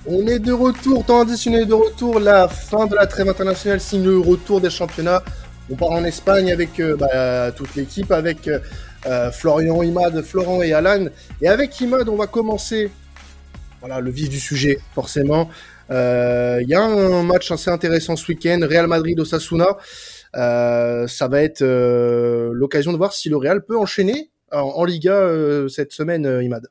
On est de retour, tandis qu'on est de retour, la fin de la trêve internationale signe le retour des championnats. On part en Espagne avec toute l'équipe, avec Florian, Imad, Florent et Alan. Et avec Imad, on va commencer le vif du sujet, forcément. Il y a un match assez intéressant ce week-end, Real Madrid-Osasuna. Ça va être l'occasion de voir si le Real peut enchaîner en Liga cette semaine, Imad.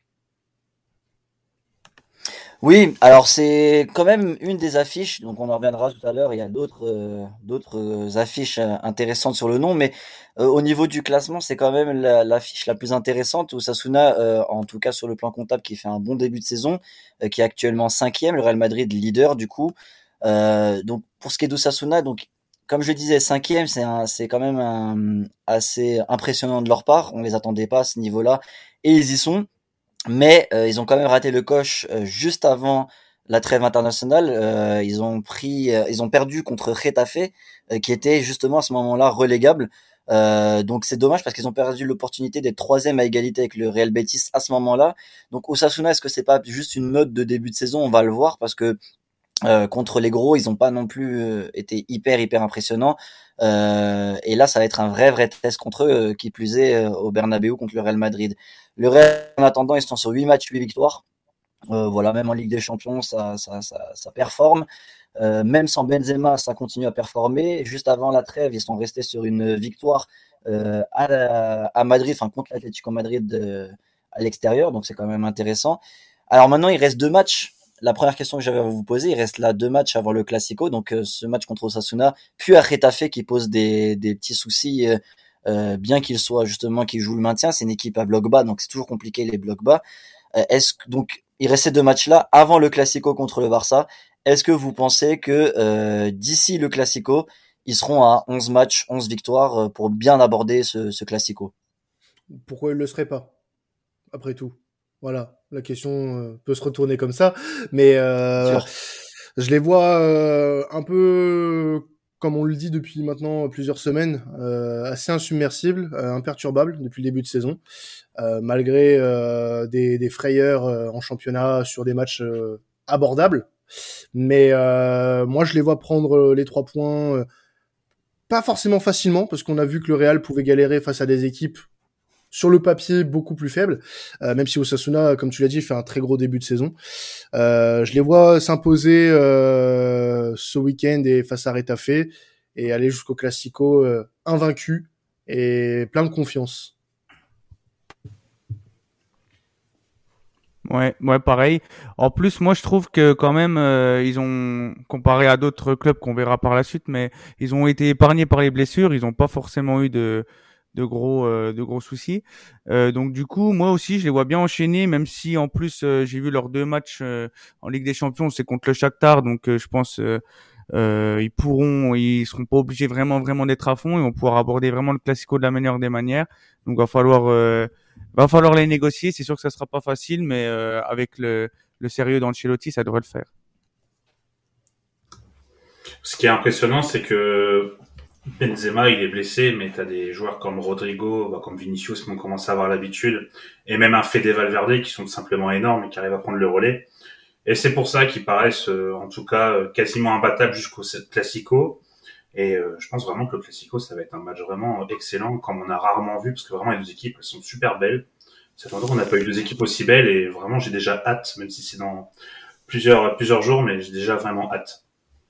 Oui, alors c'est quand même une des affiches, donc on en reviendra tout à l'heure, il y a d'autres affiches intéressantes sur le nom, mais au niveau du classement, c'est quand même l'affiche la plus intéressante. Osasuna, en tout cas sur le plan comptable, qui fait un bon début de saison, qui est actuellement cinquième, le Real Madrid leader du coup. Donc pour ce qui est d'Osasuna, donc comme je le disais, cinquième, c'est quand même assez impressionnant de leur part, on les attendait pas à ce niveau-là, et ils y sont. Mais ils ont quand même raté le coche juste avant la trêve internationale. Ils ont perdu contre Getafe, qui était justement à ce moment-là relégable. Donc c'est dommage parce qu'ils ont perdu l'opportunité d'être troisième à égalité avec le Real Betis à ce moment-là. Donc Osasuna, est-ce que c'est pas juste une mode de début de saison? On va le voir parce que contre les gros, ils ont pas non plus été hyper impressionnants. Et là, ça va être un vrai test contre eux, qui plus est au Bernabéu contre le Real Madrid. Le Real, en attendant, ils sont sur 8 matchs, 8 victoires. Voilà, même en Ligue des Champions, ça performe. Même sans Benzema, ça continue à performer. Juste avant la trêve, ils sont restés sur une victoire à Madrid, enfin contre l'Atlético Madrid à l'extérieur, donc c'est quand même intéressant. Alors maintenant, il reste 2 matchs. La première question que j'avais à vous poser, il reste là 2 matchs avant le Classico, donc ce match contre Osasuna, puis à Getafe qui pose des petits soucis, bien qu'il joue le maintien, c'est une équipe à bloc bas, donc c'est toujours compliqué les blocs bas. Donc il reste ces 2 matchs-là avant le Classico contre le Barça. Est-ce que vous pensez que d'ici le Classico, ils seront à 11 matchs, 11 victoires pour bien aborder ce Classico? Pourquoi il ne le serait pas, après tout? Voilà, la question peut se retourner comme ça, mais Sûr. je les vois un peu, comme on le dit depuis maintenant plusieurs semaines, assez insubmersibles, imperturbables depuis le début de saison, malgré des frayeurs en championnat sur des matchs abordables. Mais moi, je les vois prendre les 3 points, pas forcément facilement, parce qu'on a vu que le Real pouvait galérer face à des équipes sur le papier beaucoup plus faible, même si Osasuna, comme tu l'as dit, fait un très gros début de saison. Je les vois s'imposer ce week-end et face à Retafe et aller jusqu'au Classico invaincus et plein de confiance. Ouais, pareil. En plus, moi, je trouve que quand même, ils ont, comparé à d'autres clubs qu'on verra par la suite, mais ils ont été épargnés par les blessures. Ils n'ont pas forcément eu de gros soucis. Donc du coup, moi aussi, je les vois bien enchaîner, même si en plus, j'ai vu leurs 2 matchs en Ligue des Champions, c'est contre le Shakhtar, donc je pense ils seront pas obligés vraiment d'être à fond. Ils vont pouvoir aborder vraiment le Classico de la meilleure des manières. Donc va falloir les négocier. C'est sûr que ça sera pas facile, mais avec le sérieux d'Ancelotti, ça devrait le faire. Ce qui est impressionnant, c'est que Benzema, il est blessé, mais t'as des joueurs comme Rodrigo, comme Vinicius qui ont commencé à avoir l'habitude, et même un Fede Valverde qui sont tout simplement énormes et qui arrivent à prendre le relais. Et c'est pour ça qu'ils paraissent, en tout cas, quasiment imbattables jusqu'au Classico. Et je pense vraiment que le Classico, ça va être un match vraiment excellent, comme on a rarement vu, parce que vraiment les deux équipes, elles sont super belles. Ça fait longtemps qu'on n'a pas eu deux équipes aussi belles, et vraiment j'ai déjà hâte, même si c'est dans plusieurs jours, mais j'ai déjà vraiment hâte.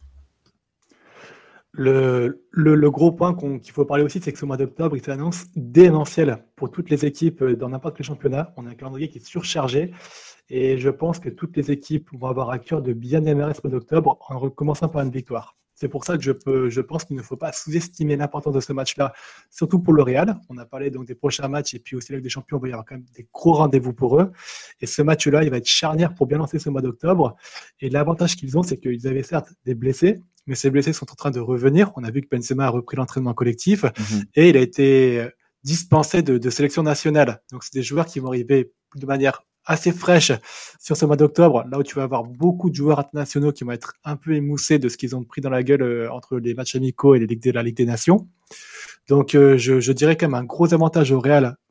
Le gros point qu'il faut parler aussi, c'est que ce mois d'octobre, il s'annonce démentiel pour toutes les équipes dans n'importe quel championnat. On a un calendrier qui est surchargé et je pense que toutes les équipes vont avoir à cœur de bien démarrer ce mois d'octobre en recommençant par une victoire. C'est pour ça que je pense qu'il ne faut pas sous-estimer l'importance de ce match-là, surtout pour le Real. On a parlé donc des prochains matchs et puis aussi avec des champions, il va y avoir quand même des gros rendez-vous pour eux. Et ce match-là, il va être charnière pour bien lancer ce mois d'octobre. Et l'avantage qu'ils ont, c'est qu'ils avaient certes des blessés, mais ces blessés sont en train de revenir. On a vu que Benzema a repris l'entraînement collectif et il a été dispensé de sélection nationale. Donc, c'est des joueurs qui vont arriver de manière assez fraîche sur ce mois d'octobre, là où tu vas avoir beaucoup de joueurs internationaux qui vont être un peu émoussés de ce qu'ils ont pris dans la gueule entre les matchs amicaux et la Ligue des Nations. Donc, je dirais quand même un gros avantage au Real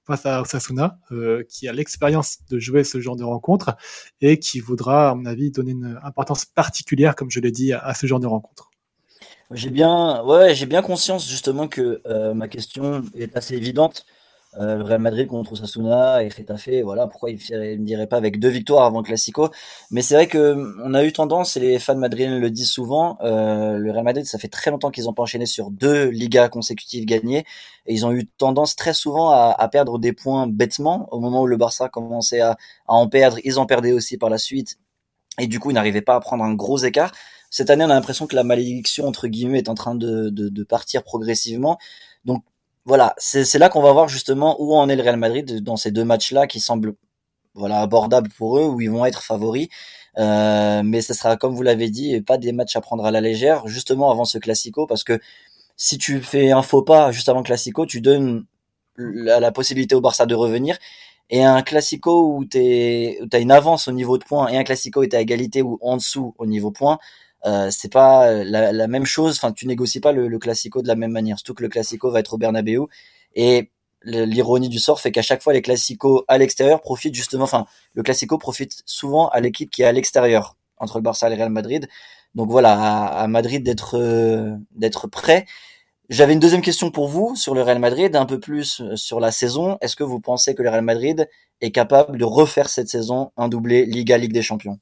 face à Osasuna, qui a l'expérience de jouer ce genre de rencontre et qui voudra, à mon avis, donner une importance particulière, comme je l'ai dit, à ce genre de rencontre. J'ai bien conscience justement que ma question est assez évidente. Le Real Madrid contre Osasuna et Getafe, voilà, pourquoi il me dirait pas avec 2 victoires avant le Classico. Mais c'est vrai que on a eu tendance, et les fans madrilènes le disent souvent, le Real Madrid, ça fait très longtemps qu'ils ont pas enchaîné sur 2 Ligas consécutives gagnées, et ils ont eu tendance très souvent à perdre des points bêtement. Au moment où le Barça commençait à en perdre, ils en perdaient aussi par la suite, et du coup ils n'arrivaient pas à prendre un gros écart. Cette année, on a l'impression que la malédiction entre guillemets est en train de partir progressivement. Donc voilà, c'est là qu'on va voir justement où en est le Real Madrid dans ces 2 matchs-là qui semblent voilà abordables pour eux, où ils vont être favoris. Mais ce sera, comme vous l'avez dit, pas des matchs à prendre à la légère, justement avant ce Classico, parce que si tu fais un faux pas juste avant le Classico, tu donnes la possibilité au Barça de revenir. Et un Classico où t'as une avance au niveau de points, et un Classico où t'es à égalité ou en dessous au niveau points, c'est pas la même chose. Enfin, tu négocies pas le Classico de la même manière. Surtout que le Classico va être au Bernabéu, et l'ironie du sort fait qu'à chaque fois les Classicos à l'extérieur profitent justement. Enfin, le Classico profite souvent à l'équipe qui est à l'extérieur entre le Barça et le Real Madrid. Donc voilà, à Madrid d'être prêt. J'avais une deuxième question pour vous sur le Real Madrid, un peu plus sur la saison. Est-ce que vous pensez que le Real Madrid est capable de refaire cette saison un doublé Ligue des Champions?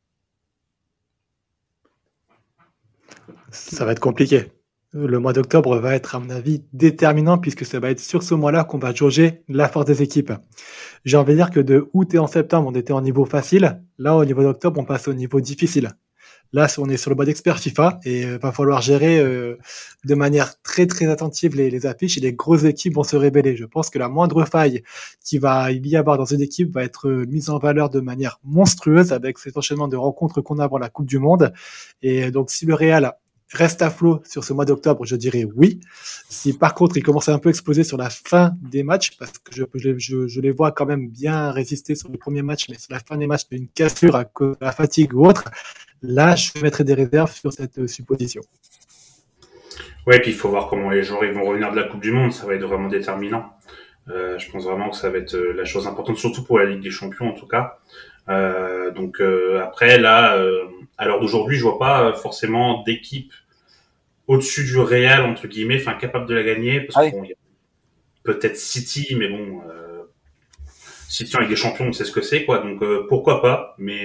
Ça va être compliqué. Le mois d'octobre va être, à mon avis, déterminant puisque ça va être sur ce mois-là qu'on va jauger la force des équipes. J'ai envie de dire que de août et en septembre, on était en niveau facile. Là, au niveau d'octobre, on passe au niveau difficile. Là, on est sur le mode expert FIFA et va falloir gérer de manière très très attentive les affiches, et les grosses équipes vont se révéler. Je pense que la moindre faille qui va y avoir dans une équipe va être mise en valeur de manière monstrueuse avec cet enchaînement de rencontres qu'on a avant la Coupe du Monde. Et donc, si le Real reste à flot sur ce mois d'octobre, je dirais oui. Si par contre il commence à un peu exploser sur la fin des matchs, parce que je les vois quand même bien résister sur le premier match, mais sur la fin des matchs, une cassure à cause de la fatigue ou autre, là je mettrai des réserves sur cette supposition. Ouais, puis il faut voir comment les joueurs ils vont revenir de la Coupe du Monde, ça va être vraiment déterminant. Je pense vraiment que ça va être la chose importante, surtout pour la Ligue des Champions en tout cas. Donc après là, à l'heure d'aujourd'hui, je vois pas forcément d'équipe au-dessus du Real entre guillemets, enfin capable de la gagner, parce que bon, il y a peut-être City, mais bon, City avec des champions, on sait ce que c'est quoi, donc pourquoi pas. Mais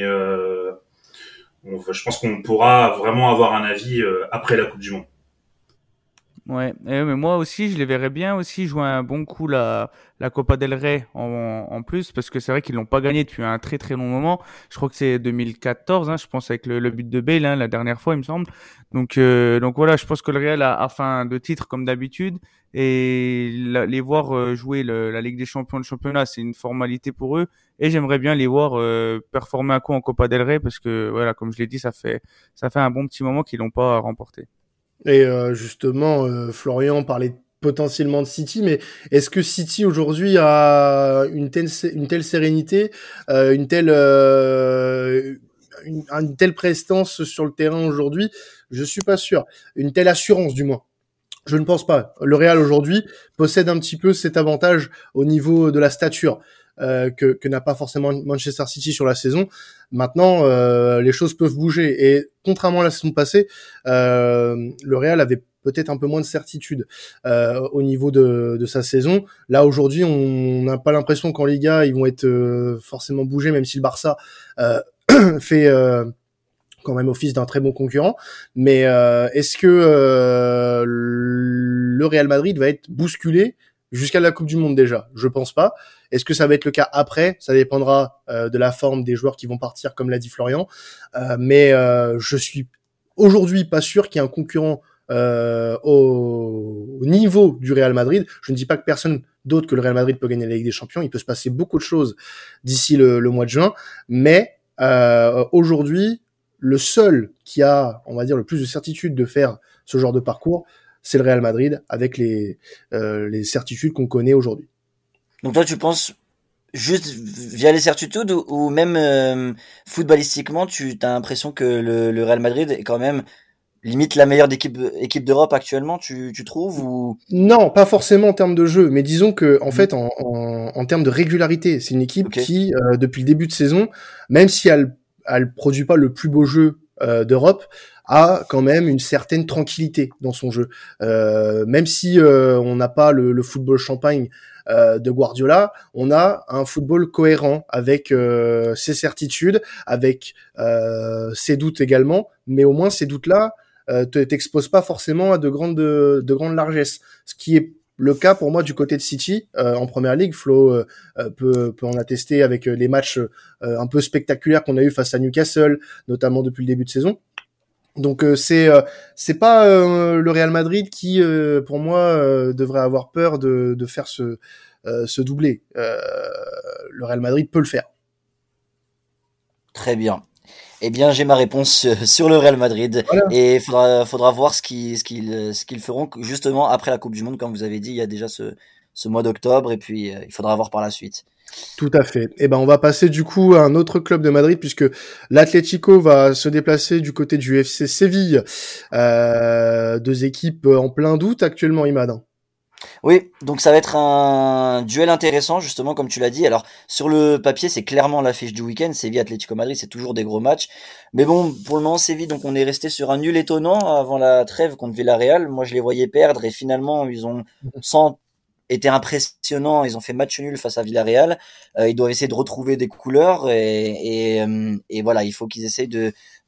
je pense qu'on pourra vraiment avoir un avis après la Coupe du Monde. Ouais, mais moi aussi, je les verrais bien aussi jouer un bon coup la Copa del Rey en plus, parce que c'est vrai qu'ils l'ont pas gagné depuis un très très long moment. Je crois que c'est 2014, hein, je pense, avec le but de Bale, hein, la dernière fois, il me semble. Donc voilà, je pense que le Real a faim de titre comme d'habitude, et les voir jouer la Ligue des Champions, le championnat, c'est une formalité pour eux, et j'aimerais bien les voir performer un coup en Copa del Rey, parce que voilà, comme je l'ai dit, ça fait un bon petit moment qu'ils l'ont pas remporté. Et justement, Florian parlait potentiellement de City, mais est-ce que City aujourd'hui a une telle sérénité, une telle prestance sur le terrain aujourd'hui? Je suis pas sûr. Une telle assurance, du moins. Je ne pense pas. Le Real aujourd'hui possède un petit peu cet avantage au niveau de la stature que n'a pas forcément Manchester City sur la saison. Maintenant, les choses peuvent bouger, et contrairement à la saison passée, le Real avait peut-être un peu moins de certitude au niveau de sa saison. Là aujourd'hui, on n'a pas l'impression qu'en Liga ils vont être forcément bougés, même si le Barça fait quand même office d'un très bon concurrent. Mais est-ce que le Real Madrid va être bousculé jusqu'à la Coupe du Monde déjà? Je pense pas. Est-ce que ça va être le cas après? Ça dépendra de la forme des joueurs qui vont partir, comme l'a dit Florian. Mais je suis aujourd'hui pas sûr qu'il y ait un concurrent au niveau du Real Madrid. Je ne dis pas que personne d'autre que le Real Madrid peut gagner la Ligue des Champions. Il peut se passer beaucoup de choses d'ici le mois de juin. Mais aujourd'hui, le seul qui a, on va dire, le plus de certitude de faire ce genre de parcours, c'est le Real Madrid, avec les certitudes qu'on connaît aujourd'hui. Donc toi, tu penses juste via les certitudes, ou même footballistiquement, tu as l'impression que le Real Madrid est quand même limite la meilleure équipe d'Europe actuellement, tu trouves ou... Non, pas forcément en termes de jeu, mais disons que en fait, en termes de régularité, c'est une équipe Ok. qui, depuis le début de saison, même si elle produit pas le plus beau jeu d'Europe, a quand même une certaine tranquillité dans son jeu. Même si on n'a pas le football champagne de Guardiola, on a un football cohérent avec ses certitudes, avec ses doutes également, mais au moins ces doutes-là t'exposes pas forcément à de grandes largesses. Ce qui est le cas pour moi du côté de City en première ligue. Flo peut en attester avec les matchs un peu spectaculaires qu'on a eu face à Newcastle, notamment depuis le début de saison. Donc c'est pas le Real Madrid qui pour moi devrait avoir peur de faire ce doublé. Le Real Madrid peut le faire. Très bien. Eh bien, j'ai ma réponse sur le Real Madrid Voilà. et faudra voir ce qu'ils feront justement après la Coupe du Monde. Comme vous avez dit, il y a déjà ce mois d'octobre et puis il faudra voir par la suite. Tout à fait. Et ben on va passer du coup à un autre club de Madrid puisque l'Atlético va se déplacer du côté du FC Séville. Deux équipes en plein doute actuellement, Imad. Oui, donc ça va être un duel intéressant, justement, comme tu l'as dit. Alors, sur le papier, c'est clairement l'affiche du week-end. Séville Atlético Madrid, c'est toujours des gros matchs. Mais bon, pour le moment, Séville, donc on est resté sur un nul étonnant avant la trêve contre Villarreal. Moi, je les voyais perdre et finalement, ils ont, sans été impressionnants, ils ont fait match nul face à Villarreal. Ils doivent essayer de retrouver des couleurs et voilà, il faut qu'ils essayent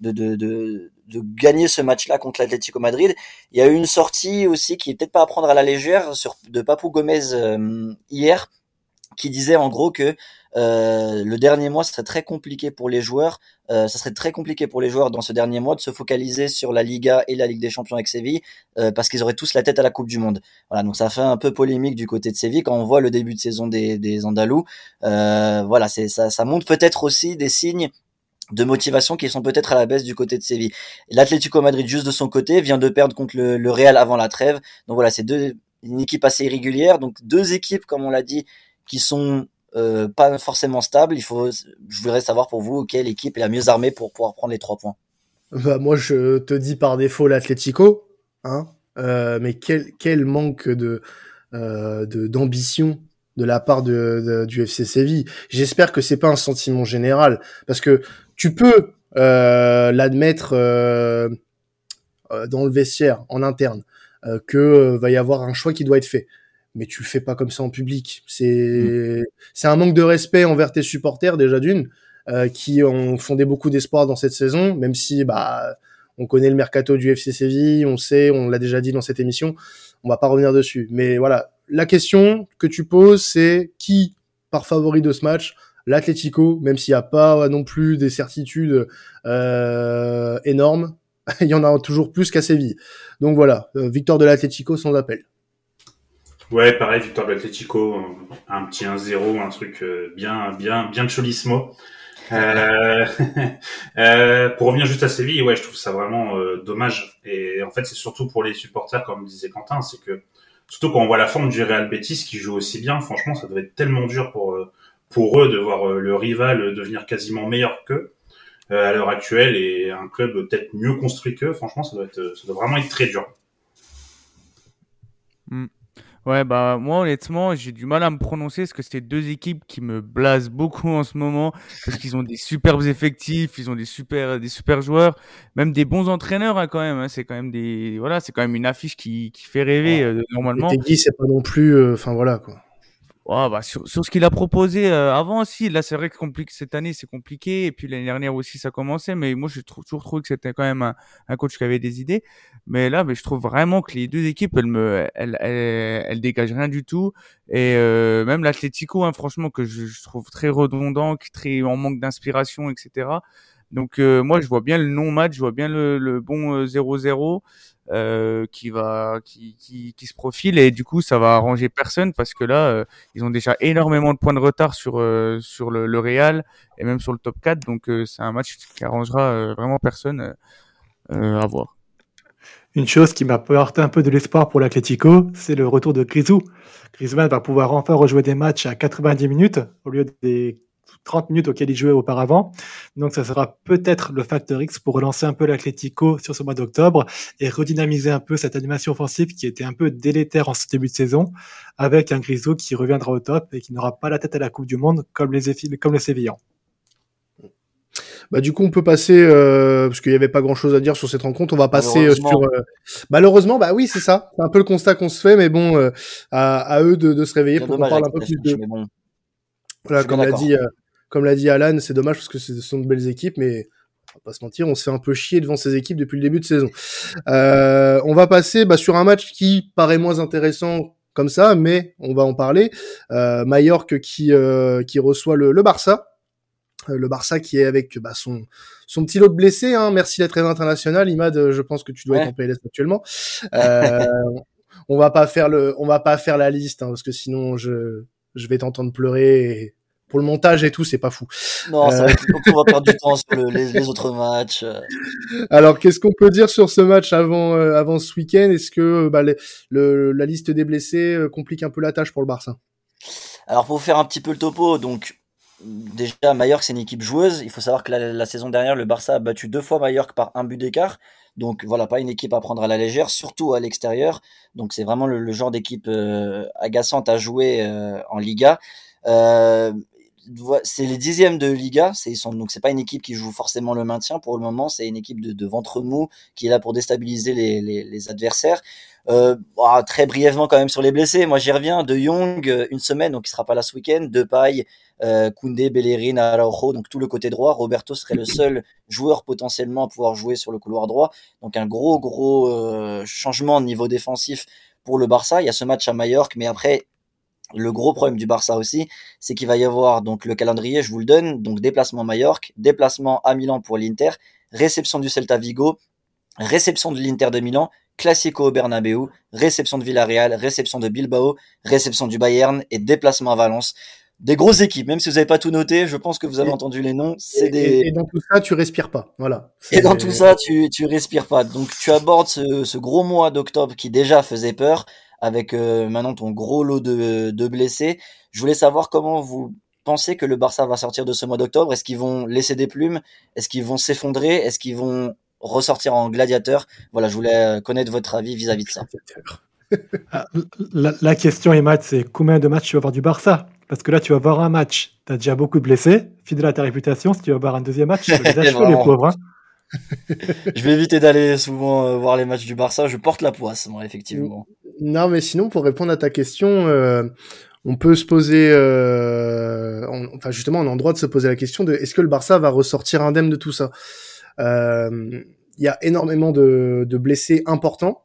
de gagner ce match-là contre l'Atlético Madrid. Il y a eu une sortie aussi qui est peut-être pas à prendre à la légère de Papou Gomez hier, qui disait en gros que le dernier mois serait très compliqué pour les joueurs. Ça serait très compliqué pour les joueurs dans ce dernier mois de se focaliser sur la Liga et la Ligue des Champions avec Séville parce qu'ils auraient tous la tête à la Coupe du Monde. Voilà, donc ça fait un peu polémique du côté de Séville quand on voit le début de saison des Andalous. Voilà, ça montre peut-être aussi des signes de motivation qui sont peut-être à la baisse du côté de Séville. L'Atlético Madrid, juste de son côté, vient de perdre contre le Real avant la trêve. Donc voilà, c'est une équipe assez irrégulière. Donc deux équipes, comme on l'a dit, qui sont pas forcément stables. Je voudrais savoir pour vous quelle équipe est la mieux armée pour pouvoir prendre les 3 points. Bah moi je te dis par défaut l'Atlético, hein. Mais quel manque d'ambition de la part du FC Séville. J'espère que c'est pas un sentiment général, parce que tu peux l'admettre dans le vestiaire, en interne, que va y avoir un choix qui doit être fait. Mais tu le fais pas comme ça en public. C'est un manque de respect envers tes supporters déjà d'une, qui ont fondé beaucoup d'espoir dans cette saison, même si on connaît le mercato du FC Séville, on sait, on l'a déjà dit dans cette émission, on va pas revenir dessus. Mais voilà, la question que tu poses, c'est qui part favori de ce match? L'Atlético, même s'il n'y a pas non plus des certitudes énormes, il y en a toujours plus qu'à Séville. Donc voilà, victoire de l'Atlético sans appel. Ouais, pareil, victoire de l'Atlético, un petit 1-0, un truc bien cholismo. Pour revenir juste à Séville, ouais, je trouve ça vraiment dommage. Et en fait, c'est surtout pour les supporters, comme disait Quentin, c'est que surtout quand on voit la forme du Real Betis qui joue aussi bien, franchement, ça doit être tellement dur pour eux de voir le rival devenir quasiment meilleur qu'eux à l'heure actuelle et un club peut-être mieux construit qu'eux. Franchement, ça doit vraiment être très dur. Ouais, bah moi honnêtement, j'ai du mal à me prononcer parce que c'est deux équipes qui me blasent beaucoup en ce moment parce qu'ils ont des superbes effectifs, ils ont des super joueurs, même des bons entraîneurs hein, quand même. Hein, c'est quand même c'est quand même une affiche qui fait rêver normalement. Et Tegui, c'est pas non plus, enfin voilà quoi. Oh, bah sur ce qu'il a proposé avant aussi, là c'est vrai que cette année c'est compliqué et puis l'année dernière aussi ça commençait, mais moi j'ai toujours trouvé que c'était quand même un coach qui avait des idées, mais là je trouve vraiment que les deux équipes elles dégagent rien du tout et même l'Atlético hein, franchement que je trouve très redondant, qui est très en manque d'inspiration etc. Donc moi je vois bien le non-match, je vois bien le bon 0-0 qui se profile et du coup ça va arranger personne parce que là ils ont déjà énormément de points de retard sur le Real et même sur le top 4 donc c'est un match qui arrangera vraiment personne à voir. Une chose qui m'a apporté un peu de l'espoir pour l'Atlético, c'est le retour de Grisou. Griezmann va pouvoir enfin rejouer des matchs à 90 minutes au lieu des 30 minutes auxquelles il jouait auparavant. Donc ça sera peut-être le facteur X pour relancer un peu l'Atlético sur ce mois d'octobre et redynamiser un peu cette animation offensive qui était un peu délétère en ce début de saison, avec un Grisou qui reviendra au top et qui n'aura pas la tête à la Coupe du Monde comme les Sévillans. Bah du coup on peut passer parce qu'il y avait pas grand chose à dire sur cette rencontre, on va passer sur malheureusement bah oui c'est ça, c'est un peu le constat qu'on se fait mais bon à eux de se réveiller pour qu'on parle un peu plus de bon. voilà comme l'a dit Alan, c'est dommage parce que ce sont de belles équipes mais on va pas se mentir, on se fait un peu chier devant ces équipes depuis le début de saison. On va passer sur un match qui paraît moins intéressant comme ça mais on va en parler. Majorque qui reçoit le Barça. Le Barça qui est avec son petit lot de blessés, hein. Merci la trêve internationale, Imad, je pense que tu dois être en PLS actuellement. On va pas faire la liste, hein, parce que sinon je vais t'entendre pleurer. Et pour le montage et tout, c'est pas fou. Non, ça va être on va perdre du temps sur les autres matchs. Alors, qu'est-ce qu'on peut dire sur ce match avant ce week-end? Est-ce que la liste des blessés complique un peu la tâche pour le Barça? Alors, pour faire un petit peu le topo, donc déjà, Mallorca, c'est une équipe joueuse. Il faut savoir que la saison dernière, le Barça a battu 2 fois Mallorca par 1 but d'écart. Donc voilà, pas une équipe à prendre à la légère, surtout à l'extérieur. Donc c'est vraiment le genre d'équipe agaçante à jouer en Liga. C'est les 10e de Liga. Donc c'est pas une équipe qui joue forcément le maintien pour le moment. C'est une équipe de ventre mou qui est là pour déstabiliser les adversaires. Très brièvement quand même sur les blessés. Moi j'y reviens. De Jong, une semaine, donc il sera pas là ce week-end. Depay, Koundé, Bellerin, Araujo, donc tout le côté droit. Roberto serait le seul joueur potentiellement à pouvoir jouer sur le couloir droit. Donc un gros changement au niveau défensif pour le Barça. Il y a ce match à Majorque, mais après le gros problème du Barça aussi, c'est qu'il va y avoir donc le calendrier, je vous le donne, donc déplacement à Majorque, déplacement à Milan pour l'Inter, réception du Celta Vigo, réception de l'Inter de Milan, Classico au Bernabeu, réception de Villarreal, réception de Bilbao, réception du Bayern et déplacement à Valence. Des grosses équipes, même si vous n'avez pas tout noté, je pense que vous avez entendu les noms. Et dans tout ça, tu respires pas. Voilà. Et dans tout ça, tu respires pas. Donc tu abordes ce gros mois d'octobre qui déjà faisait peur, avec maintenant ton gros lot de blessés. Je voulais savoir comment vous pensez que le Barça va sortir de ce mois d'octobre. Est-ce qu'ils vont laisser des plumes? Est-ce qu'ils vont s'effondrer? Est-ce qu'ils vont ressortir en gladiateur? Voilà, je voulais connaître votre avis vis-à-vis de ça. La question, Imad, c'est combien de matchs tu vas voir du Barça? Parce que là, tu vas voir un match, tu as déjà beaucoup de blessés, fidèle à ta réputation. Si tu vas voir un deuxième match, tu vas les achever, les pauvres. Je vais éviter d'aller souvent voir les matchs du Barça. Je porte la poisse, moi, effectivement. Non, mais sinon, pour répondre à ta question, on peut se poser, justement, on a le droit de se poser la question de est-ce que le Barça va ressortir indemne de tout ça? Il y a énormément de blessés importants.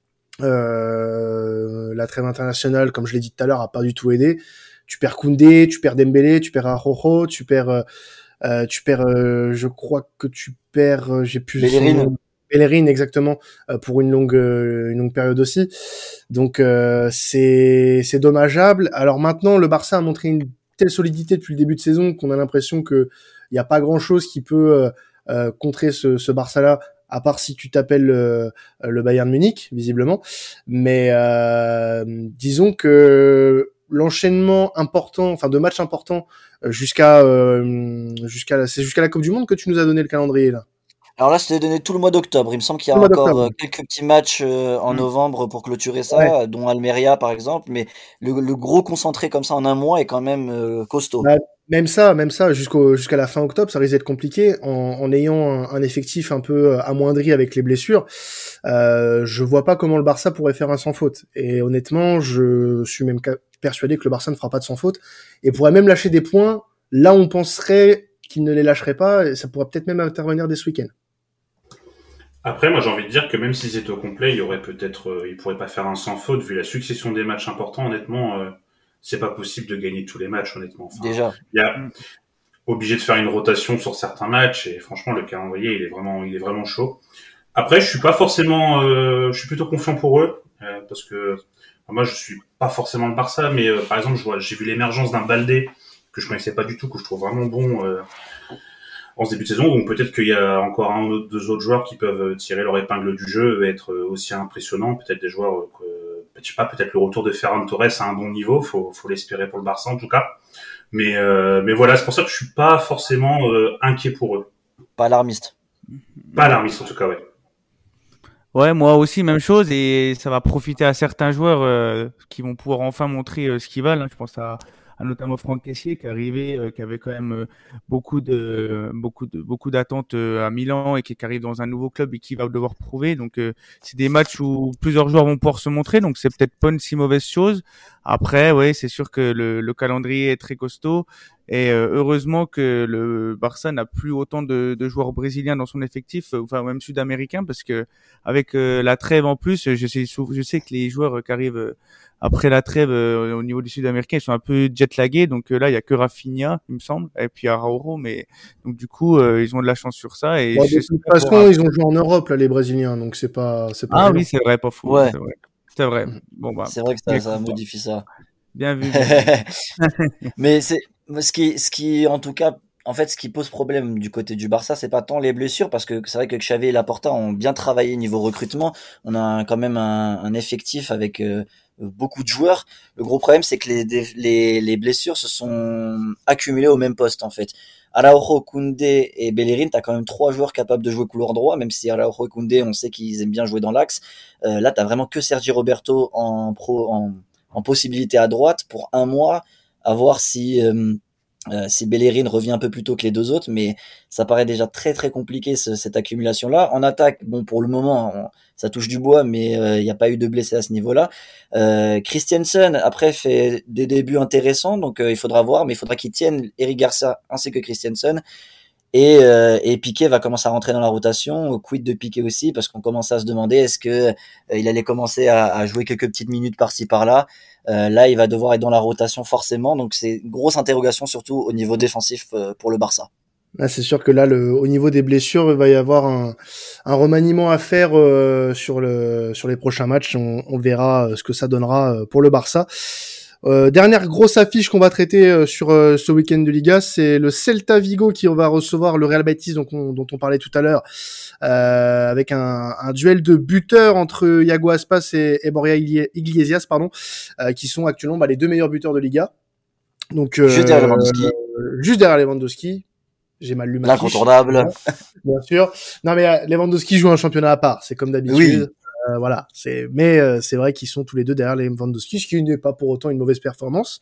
La trêve internationale, comme je l'ai dit tout à l'heure, a pas du tout aidé. Tu perds Koundé, tu perds Dembélé, tu perds Araujo, tu perds, je crois que tu perds, j'ai plus Bellerin, exactement, pour une longue période aussi. Donc c'est dommageable. Alors maintenant, le Barça a montré une telle solidité depuis le début de saison qu'on a l'impression que il y a pas grand chose qui peut contrer ce Barça-là, à part si tu t'appelles le Bayern Munich, visiblement. Mais disons que l'enchaînement important, enfin de matchs importants jusqu'à la Coupe du Monde que tu nous as donné le calendrier là. Alors là, je t'ai donné tout le mois d'octobre. Il me semble qu'il y a encore quelques petits matchs en novembre pour clôturer ça, dont Almeria par exemple. Mais le gros concentré comme ça en un mois est quand même costaud. Même ça, jusqu'à la fin octobre, ça risque d'être compliqué en ayant un effectif un peu amoindri avec les blessures. Je vois pas comment le Barça pourrait faire un sans faute. Et honnêtement, je suis même persuadé que le Barça ne fera pas de sans faute et pourrait même lâcher des points là où on penserait qu'il ne les lâcherait pas. Et ça pourrait peut-être même intervenir dès ce week-end. Après, moi, j'ai envie de dire que même s'ils étaient au complet, il y aurait peut-être, ils pourraient pas faire un sans faute vu la succession des matchs importants. Honnêtement, c'est pas possible de gagner tous les matchs, honnêtement. Enfin, déjà, il y a obligé de faire une rotation sur certains matchs et franchement, le calendrier, il est vraiment chaud. Après, je suis plutôt confiant pour eux parce que moi, je suis pas forcément le Barça, mais par exemple, j'ai vu l'émergence d'un Baldé que je connaissais pas du tout, que je trouve vraiment bon. En ce début de saison, donc peut-être qu'il y a encore deux autres joueurs qui peuvent tirer leur épingle du jeu et être aussi impressionnants. Peut-être des joueurs je sais pas, peut-être le retour de Ferran Torres à un bon niveau. Faut l'espérer pour le Barça en tout cas. Mais voilà, c'est pour ça que je suis pas forcément inquiet pour eux. Pas alarmiste. Pas alarmiste en tout cas, ouais. Ouais, moi aussi, même chose, et ça va profiter à certains joueurs qui vont pouvoir enfin montrer ce qu'ils valent. Hein. Je pense à notamment Franck Kessié qui est arrivé, qui avait quand même beaucoup d'attentes à Milan et qui arrive dans un nouveau club et qui va devoir prouver. Donc c'est des matchs où plusieurs joueurs vont pouvoir se montrer, donc c'est peut-être pas une si mauvaise chose. Après, ouais, c'est sûr que le calendrier est très costaud. Et heureusement que le Barça n'a plus autant de joueurs brésiliens dans son effectif, enfin même sud-américains, parce que avec la trêve en plus, je sais que les joueurs qui arrivent après la trêve au niveau du sud-américain, ils sont un peu jet-lagués. Donc là, il y a que Rafinha, il me semble, et puis Araujo, mais donc du coup, ils ont de la chance sur ça. Et Bon, de toute façon, ils ont joué en Europe là, les Brésiliens, donc c'est pas. Ah gênant. oui, c'est vrai, pas fou. Ouais. C'est vrai. Mhm. Bon bah. C'est vrai que ça modifie ça. Bien vu. Mais ce qui, en tout cas, en fait, ce qui pose problème du côté du Barça, c'est pas tant les blessures, parce que c'est vrai que Xavi et Laporta ont bien travaillé niveau recrutement. On a quand même un effectif avec beaucoup de joueurs. Le gros problème, c'est que les blessures se sont accumulées au même poste, en fait. Araujo, Koundé et Bellerin, t'as quand même 3 joueurs capables de jouer couloir droit, même si Araujo et Koundé, on sait qu'ils aiment bien jouer dans l'axe. Là, t'as vraiment que Sergi Roberto en possibilité à droite pour un mois, à voir si Bellerin revient un peu plus tôt que les deux autres, mais ça paraît déjà très très compliqué cette accumulation-là. En attaque, bon pour le moment, ça touche du bois, mais il n'y a pas eu de blessés à ce niveau-là. Christensen après fait des débuts intéressants, donc il faudra voir, mais il faudra qu'il tienne Eric Garcia ainsi que Christensen. Et Piqué va commencer à rentrer dans la rotation. Quid de Piqué aussi, parce qu'on commence à se demander est-ce que il allait commencer à jouer quelques petites minutes par-ci par-là. Là, il va devoir être dans la rotation forcément. Donc c'est une grosse interrogation, surtout au niveau défensif pour le Barça. Ah, c'est sûr que là, au niveau des blessures, il va y avoir un remaniement à faire sur les prochains matchs. On verra ce que ça donnera pour le Barça. Dernière grosse affiche qu'on va traiter sur ce week-end de Liga, c'est le Celta Vigo qui va recevoir le Real Betis, dont on parlait tout à l'heure, avec un duel de buteurs entre Iago Aspas et Borja Iglesias, qui sont actuellement les deux meilleurs buteurs de Liga. Donc Juste derrière Lewandowski. Juste derrière Lewandowski. J'ai mal lu ma fiche. L'incontournable. Bien sûr. Non mais Lewandowski joue un championnat à part, c'est comme d'habitude. Oui. Voilà, mais c'est vrai qu'ils sont tous les deux derrière Lewandowski, ce qui n'est pas pour autant une mauvaise performance.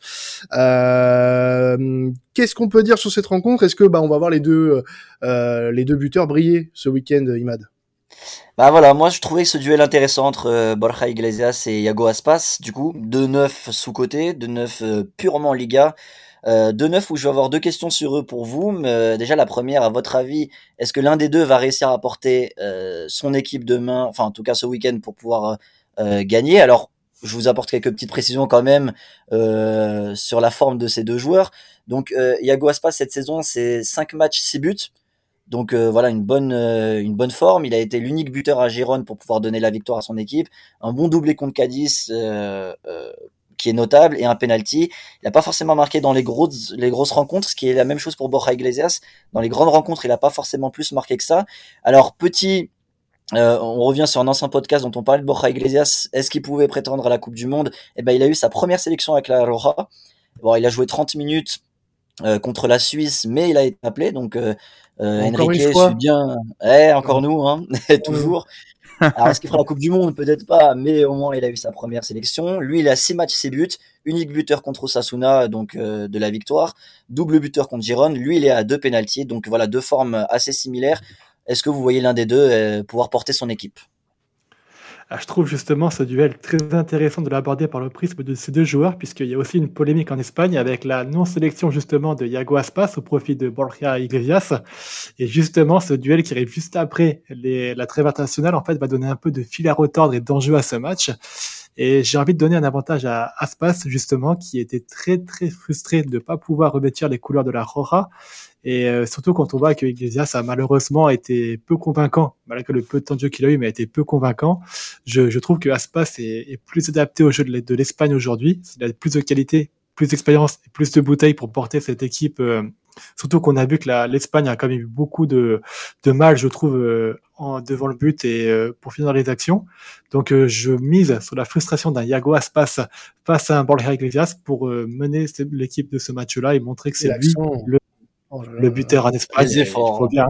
Qu'est-ce qu'on peut dire sur cette rencontre? Est-ce que on va voir les deux buteurs briller ce week-end, Imad? Bah voilà, moi je trouvais ce duel intéressant entre Borja Iglesias et Iago Aspas, du coup, 2-9 sous-côté, 2-9 purement Liga. 2-9 où je vais avoir 2 questions sur eux pour vous. Déjà la première, à votre avis, est-ce que l'un des deux va réussir à porter son équipe demain, enfin en tout cas ce week-end pour pouvoir gagner? Alors je vous apporte quelques petites précisions quand même sur la forme de ces deux joueurs. Donc Iago Aspas cette saison c'est 5 matchs 6 buts. Donc voilà une bonne forme. Il a été l'unique buteur à Gérone pour pouvoir donner la victoire à son équipe. Un bon doublé contre Cadiz qui est notable et un penalty. Il n'a pas forcément marqué dans les grosses rencontres, ce qui est la même chose pour Borja Iglesias. Dans les grandes rencontres, il n'a pas forcément plus marqué que ça. Alors on revient sur un ancien podcast dont on parlait de Borja Iglesias. Est-ce qu'il pouvait prétendre à la Coupe du Monde? Il a eu sa première sélection avec la Roja. Bon, il a joué 30 minutes contre la Suisse, mais il a été appelé. Donc Enrique suit bien. Encore nous, hein, toujours. Alors, est-ce qu'il fera la Coupe du Monde? Peut-être pas, mais au moins, il a eu sa première sélection. Lui, il a 6 matchs, 6 buts. Unique buteur contre Osasuna, donc de la victoire. Double buteur contre Girone. Lui, il est à 2 pénaltys. Donc voilà, 2 formes assez similaires. Est-ce que vous voyez l'un des deux pouvoir porter son équipe? Je trouve justement ce duel très intéressant de l'aborder par le prisme de ces deux joueurs, puisqu'il y a aussi une polémique en Espagne avec la non-sélection justement de Iago Aspas au profit de Borja Iglesias. Et justement, ce duel qui arrive juste après la trêve internationale, en fait, va donner un peu de fil à retordre et d'enjeu à ce match. Et j'ai envie de donner un avantage à Aspas, justement, qui était très très frustré de ne pas pouvoir revêtir les couleurs de la Roja. Et surtout quand on voit que Iglesias a malheureusement été peu convaincant, malgré le peu de temps de jeu qu'il a eu, mais a été peu convaincant. Je trouve que Aspas est plus adapté au jeu de l'Espagne aujourd'hui. Il a plus de qualité plus d'expérience et plus de bouteilles pour porter cette équipe. Surtout qu'on a vu que l'Espagne a quand même eu beaucoup de mal, je trouve, devant le but et pour finir dans les actions. Donc je mise sur la frustration d'un Iago Aspas face à un Borja Iglesias pour mener l'équipe de ce match-là et montrer que c'est lui le buteur en Espagne. Les efforts. Il faut bien.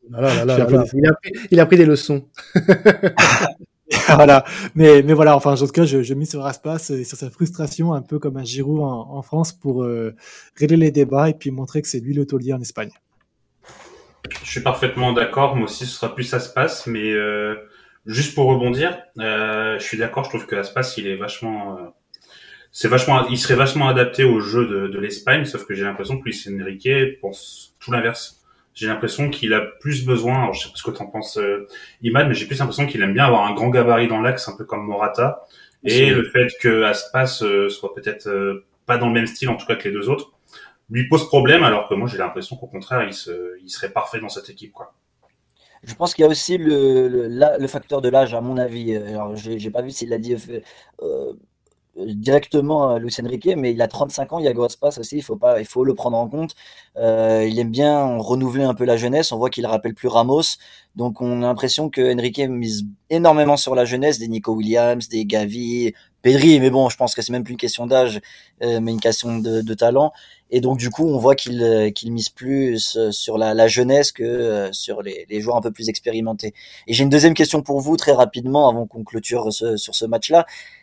Il a pris des leçons. Voilà. Mais voilà, enfin, en tout cas, je mise sur Aspas et sur sa frustration, un peu comme un Giroud en France, pour régler les débats et puis montrer que c'est lui le taulier en Espagne. Je suis parfaitement d'accord. Moi aussi, ce sera plus Aspas, mais juste pour rebondir, je suis d'accord. Je trouve que Aspas, il est vachement, il serait vachement adapté au jeu de l'Espagne, sauf que j'ai l'impression que Luis Enrique pense tout l'inverse. J'ai l'impression qu'il a plus besoin, alors je sais pas ce que t'en penses, Imad, mais j'ai plus l'impression qu'il aime bien avoir un grand gabarit dans l'axe, un peu comme Morata, et le fait que Aspas soit peut-être pas dans le même style, en tout cas que les deux autres, lui pose problème, alors que moi j'ai l'impression qu'au contraire, il serait parfait dans cette équipe, quoi. Je pense qu'il y a aussi le facteur de l'âge, à mon avis. Alors, j'ai pas vu s'il l'a dit directement à Luis Enrique, mais il a 35 ans, Iago Aspas aussi, il faut le prendre en compte. Il aime bien renouveler un peu la jeunesse, on voit qu'il rappelle plus Ramos, donc on a l'impression que Enrique mise énormément sur la jeunesse, des Nico Williams, des Gavi, Pedri, mais bon, je pense que c'est même plus une question d'âge, mais une question de talent, et donc du coup on voit qu'il mise plus sur la jeunesse que sur les joueurs un peu plus expérimentés. Et j'ai une deuxième question pour vous, très rapidement, avant qu'on clôture sur ce match-là.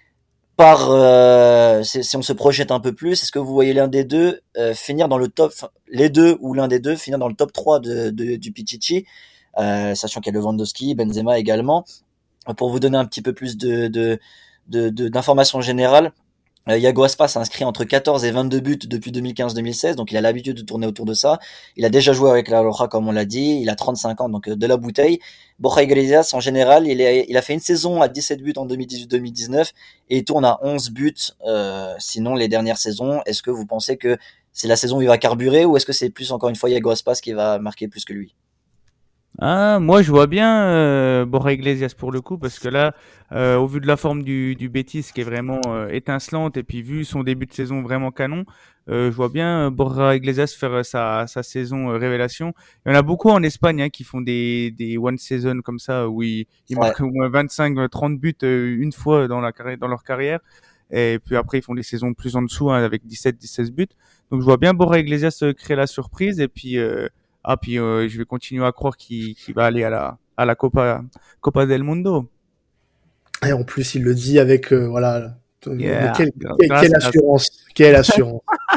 Si on se projette un peu plus, est-ce que vous voyez l'un des deux finir dans le top, les deux ou l'un des deux finir dans le top 3 du Pichichi, sachant qu'il y a Lewandowski, Benzema également. Pour vous donner un petit peu plus d'informations générales, Iago Aspas a inscrit entre 14 et 22 buts depuis 2015-2016, donc il a l'habitude de tourner autour de ça. Il a déjà joué avec la Roja, comme on l'a dit, il a 35 ans, donc de la bouteille. Borja Iglesias, en général, il a fait une saison à 17 buts en 2018-2019 et il tourne à 11 buts, sinon les dernières saisons. Est-ce que vous pensez que c'est la saison où il va carburer ou est-ce que c'est plus encore une fois Iago Aspas qui va marquer plus que lui? Ah, moi je vois bien Borja Iglesias pour le coup parce que là, au vu de la forme du Betis qui est vraiment étincelante et puis vu son début de saison vraiment canon, je vois bien Borja Iglesias faire sa saison révélation. Il y en a beaucoup en Espagne qui font des one season comme ça où ils marquent au moins 25-30 buts une fois dans leur carrière et puis après ils font des saisons plus en dessous avec 17-16 buts. Donc je vois bien Borja Iglesias créer la surprise et puis je vais continuer à croire qu'il va aller à la Copa del Mundo. Et en plus, il le dit avec voilà. Yeah. Quelle assurance, quelle assurance.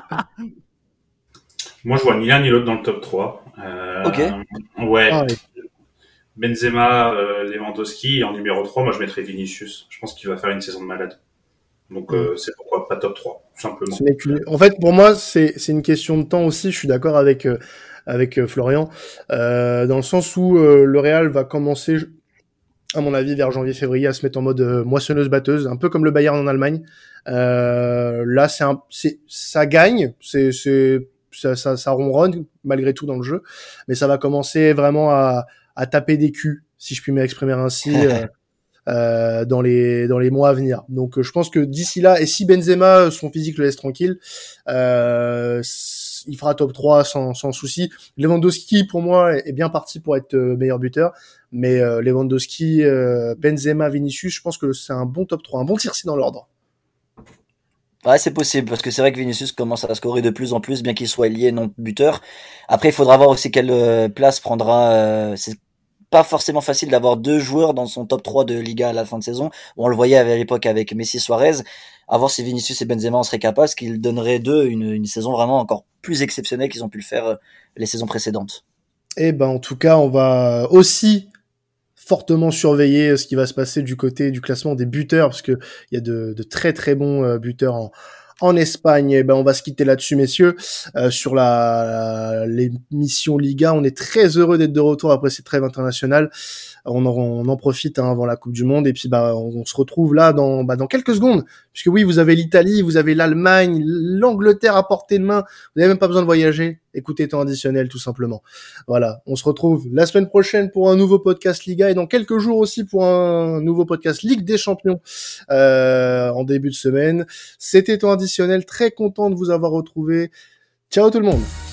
Moi, je vois ni l'un ni l'autre dans le top 3. Ok. Ouais. Ah, ouais. Benzema, Lewandowski, et en numéro 3, moi je mettrais Vinicius. Je pense qu'il va faire une saison de malade. Donc c'est pourquoi pas top 3, tout simplement. En fait, pour moi, c'est une question de temps aussi. Je suis d'accord avec Florian, dans le sens où le Real va commencer, à mon avis, vers janvier-février, à se mettre en mode moissonneuse-batteuse, un peu comme le Bayern en Allemagne. Là, ça gagne, ça ronronne malgré tout dans le jeu, mais ça va commencer vraiment à taper des culs, si je puis m'exprimer ainsi. Dans les mois à venir. Donc je pense que d'ici là, et si Benzema, son physique le laisse tranquille, il fera top 3 sans souci. Lewandowski, pour moi, est bien parti pour être meilleur buteur, mais Lewandowski, Benzema, Vinicius, je pense que c'est un bon top 3, un bon tiercé dans l'ordre. Ouais, c'est possible, parce que c'est vrai que Vinicius commence à scorer de plus en plus, bien qu'il soit lié non buteur. Après, il faudra voir aussi quelle place prendra. C'est pas forcément facile d'avoir deux joueurs dans son top 3 de Liga à la fin de saison. On le voyait à l'époque avec Messi, Suarez. À voir si Vinicius et Benzema en seraient capables, ce qu'ils donneraient d'eux une saison vraiment encore plus exceptionnelle qu'ils ont pu le faire les saisons précédentes. Et ben, en tout cas, on va aussi fortement surveiller ce qui va se passer du côté du classement des buteurs, parce que il y a de très très bons buteurs en Espagne. Et ben on va se quitter là-dessus, messieurs, sur l'émission Liga. On est très heureux d'être de retour après cette trêve internationale. On en profite avant la Coupe du Monde, et puis on se retrouve là dans quelques secondes, puisque oui, vous avez l'Italie, vous avez l'Allemagne, l'Angleterre à portée de main. Vous n'avez même pas besoin de voyager, écoutez Temps Additionnel tout simplement. Voilà, on se retrouve la semaine prochaine pour un nouveau podcast Liga et dans quelques jours aussi pour un nouveau podcast Ligue des Champions en début de semaine. C'était Temps Additionnel, très content de vous avoir retrouvé. Ciao tout le monde.